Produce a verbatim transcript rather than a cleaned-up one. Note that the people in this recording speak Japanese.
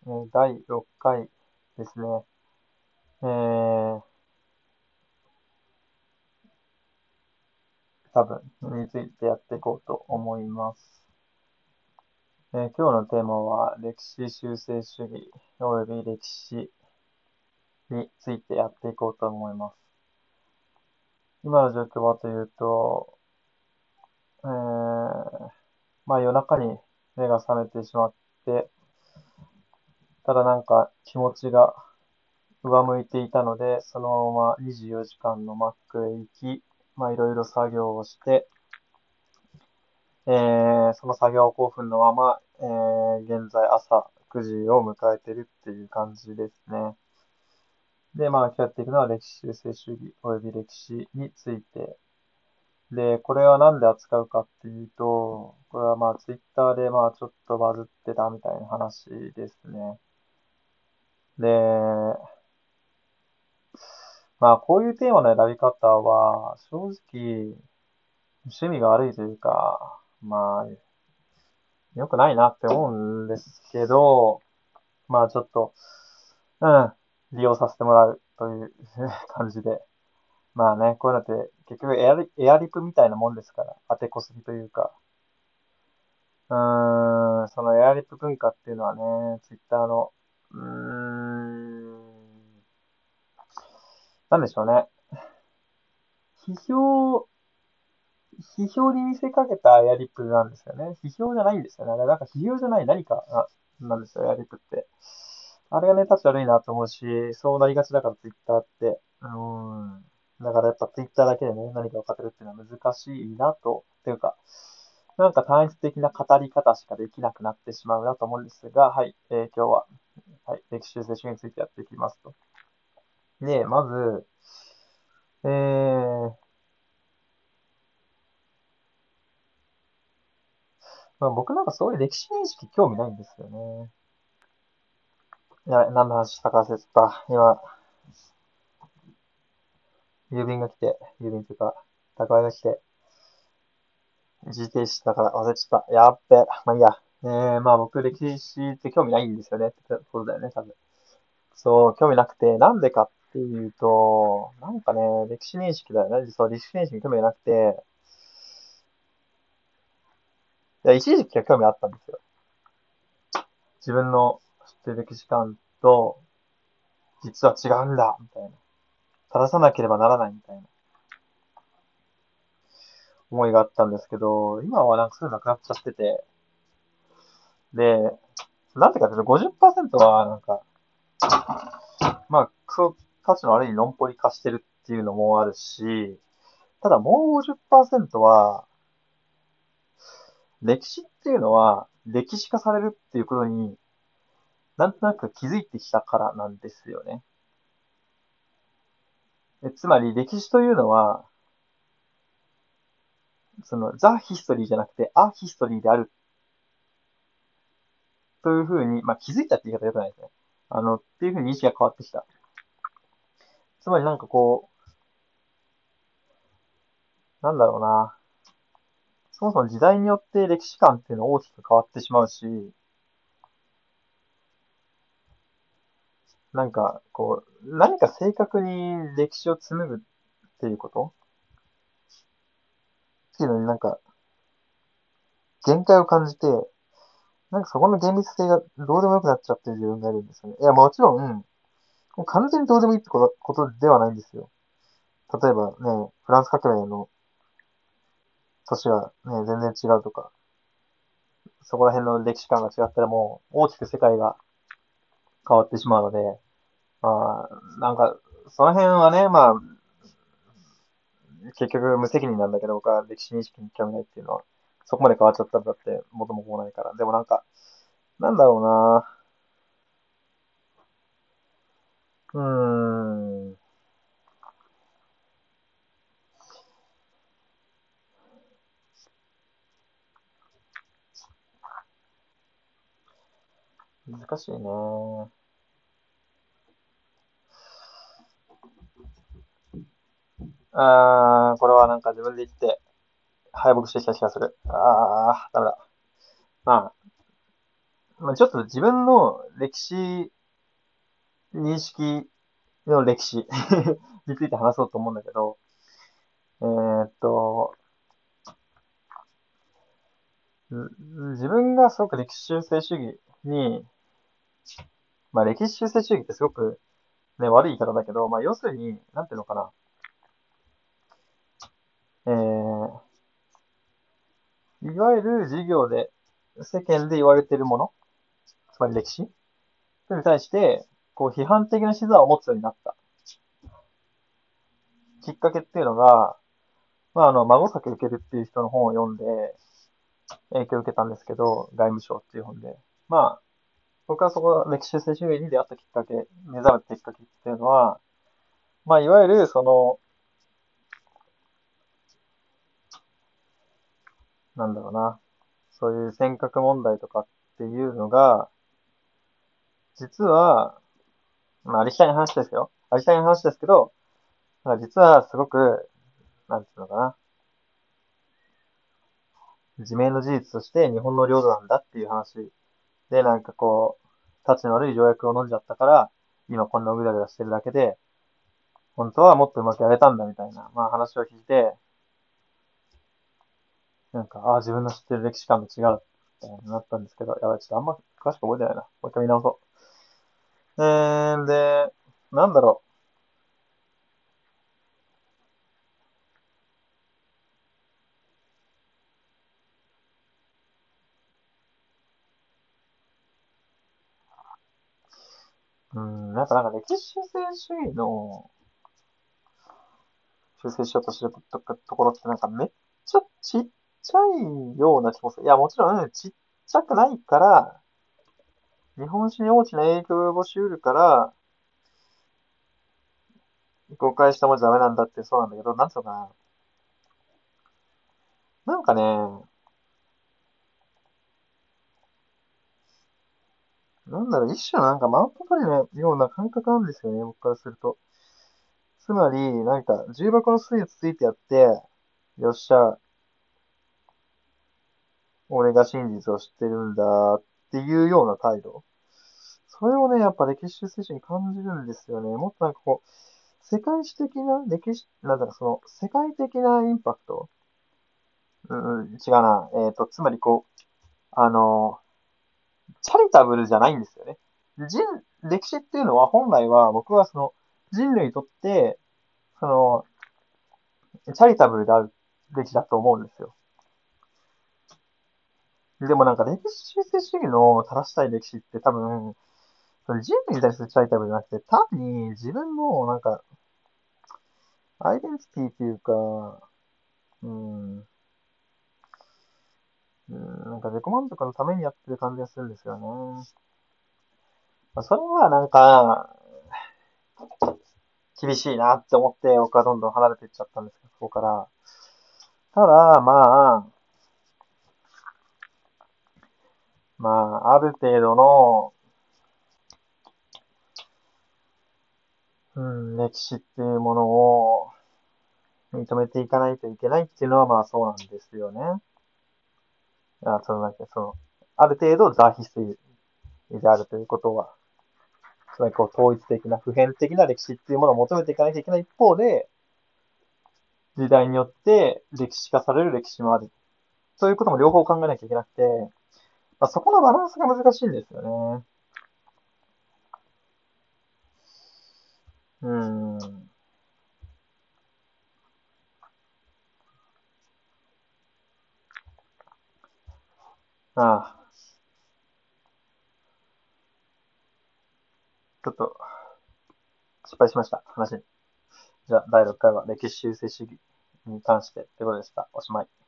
えーだいろっかいですね。えー、多分についてやっていこうと思います。えー今日のテーマは歴史修正主義及び歴史についてやっていこうと思います。今の状況はというと、えー、まあ夜中に目が覚めてしまって、ただなんか気持ちが上向いていたので、そのままにじゅうよじかんの Mac へ行き、まあいろいろ作業をして、えー、その作業興奮のまま、えー、現在朝くじを迎えてるっていう感じですね。で、まあ今日やっていくのは歴史修正主義及び歴史について。で、これはなんで扱うかっていうと、これはまあツイッターでまあちょっとバズってたみたいな話ですね。で、まあこういうテーマの選び方は、正直趣味が悪いというか、まあ良くないなって思うんですけど、まあちょっと、うん、利用させてもらうという感じで。まあね、こういうのって結局エアリ、エアリプみたいなもんですから、当てこすぎというか。うーん、そのエアリプ文化っていうのはね、ツイッターの、うーん、なんでしょうね。批評、批評に見せかけたエアリプなんですよね。批評じゃないんですよね。あれなんか批評じゃない何かな、なんですよ、エアリプって。あれがね、立ち悪いなと思うし、そうなりがちだからツイッターって。うーん。だからやっぱツイッターだけでね、何かを語るっていうのは難しいなと、っていうか、なんか単一的な語り方しかできなくなってしまうなと思うんですが、はい、えー今日は、はい、歴史修正主義についてやっていきますと。で、まず、えー、まあ、僕なんかそういう歴史認識興味ないんですよね。いや、何の話したか忘れちゃった。今、郵便が来て、郵便というか、宅配が来て、一時停止だから忘れちゃった。やっべ。まあいいや。えー、まあ僕歴史って興味ないんですよね。ってことだよね、多分。そう、興味なくて、なんでかっていうと、なんかね、歴史認識だよね。そう、歴史認識に興味がなくて、いや、一時期は興味あったんですよ。自分の知ってる歴史観と、実は違うんだ、みたいな。正さなければならないみたいな思いがあったんですけど、今はなんかそういうのなくなっちゃってて、で、なんてかっていうとごじゅっパーセントはなんか、まあ、クソ価値の悪いのんぽり化してるっていうのもあるし、ただもうごじゅっパーセントは、歴史っていうのは、歴史化されるっていうことに、なんとなく気づいてきたからなんですよね。えつまり、歴史というのは、その、ザ・ヒストリーじゃなくて、ア・ヒストリーであるというふうに、まあ、気づいたって言い方良くないですね。あの、っていうふうに意識が変わってきた。つまりなんかこう、なんだろうな。そもそも時代によって歴史観っていうのは大きく変わってしまうし、なんか、こう、何か正確に歴史を紡ぐっていうことっていうのになんか、限界を感じて、なんかそこの厳密性がどうでもよくなっちゃってる自分がいるんですよね。いや、もちろん、もう完全にどうでもいいってことことではないんですよ。例えばね、フランス革命の年がね、全然違うとか、そこら辺の歴史観が違ったらもう大きく世界が変わってしまうので、まあ、なんか、その辺はね、まあ、結局無責任なんだけど、僕は歴史認識に興味ないっていうのは、そこまで変わっちゃったんだって、元も子もないから。でもなんか、なんだろうな。うーん。難しいね。あー、これはなんか自分で言って、敗北してきた気がする。あー、ダメだ。まあ、 まあ、ちょっと自分の歴史認識の歴史について話そうと思うんだけど、えーっと、自分がすごく歴史修正主義に、まあ歴史修正主義ってすごくね、悪い言い方だけど、まあ要するに、なんていうのかな。えー、いわゆる授業で、世間で言われているもの、つまり歴史それに対して、こう批判的な視座を持つようになったきっかけっていうのが、まああの、孫崎受けるっていう人の本を読んで、影響を受けたんですけど、外務省っていう本で。まあ、僕はそこ、歴史修正主義に出会ったきっかけ、目覚めたきっかけっていうのは、まあ、いわゆる、その、なんだろうな、そういう尖閣問題とかっていうのが、実は、まあ、ありきたりな話ですよ。ありきたりな話ですけど、まあ実はすごく、なんていうのかな、自明の事実として日本の領土なんだっていう話で、なんかこう、立ちの悪い条約を飲んじゃったから、今こんなグダグダしてるだけで、本当はもっとうまくやれたんだみたいな、まあ話を聞いて、なんか、ああ、自分の知ってる歴史観と違う、みたいになったんですけど、やばい、ちょっとあんま詳しく覚えてないな。もう一回見直そう。えー、で、なんだろう。うん、やっぱなんか歴史修正主義の修正しようとしてるとところってなんかめっちゃちっちゃいような気もする。いや、もちろん、ね、ちっちゃくないから、日本史に大きな影響を及ぼし得るから、誤解した文字ダメなんだってそうなんだけど、なんつうのかな。なんかね、なんだろう、一種のなんかマウント取りのような感覚なんですよね、僕からすると。つまり、なんか、重箱の隅をつついてやって、よっしゃ、俺が真実を知ってるんだっていうような態度。それをね、やっぱ歴史修正史に感じるんですよね。もっとなんかこう、世界史的な歴史、なんだかその、世界的なインパクト。うん、うん違うな。えっと、つまりこう、あの、チャリタブルじゃないんですよね。人、歴史っていうのは本来は僕はその、人類にとって、その、チャリタブルであるべきだと思うんですよ。でもなんか歴史修正主義の正したい歴史って多分、その人類に対するチャリタブルじゃなくて、単に自分のなんか、アイデンティティっていうか、うん、うんなんか自己満足のためにやってる感じがするんですよね。まあ、それはなんか、厳しいなって思って僕はどんどん離れていっちゃったんですけど、そこから。ただ、まあ、まあ、ある程度の、うん、歴史っていうものを認めていかないといけないっていうのはまあそうなんですよね。あ、そのなんかその、ある程度ザ・ヒストリーであるということは、つまりこう統一的な普遍的な歴史っていうものを求めていかなきゃいけない一方で、時代によって歴史化される歴史もある。そういうことも両方考えなきゃいけなくて、まあ、そこのバランスが難しいんですよね。うん。ああ、ちょっと失敗しました。話に。じゃあ、だいろっかいは歴史修正主義に関してということでした。おしまい。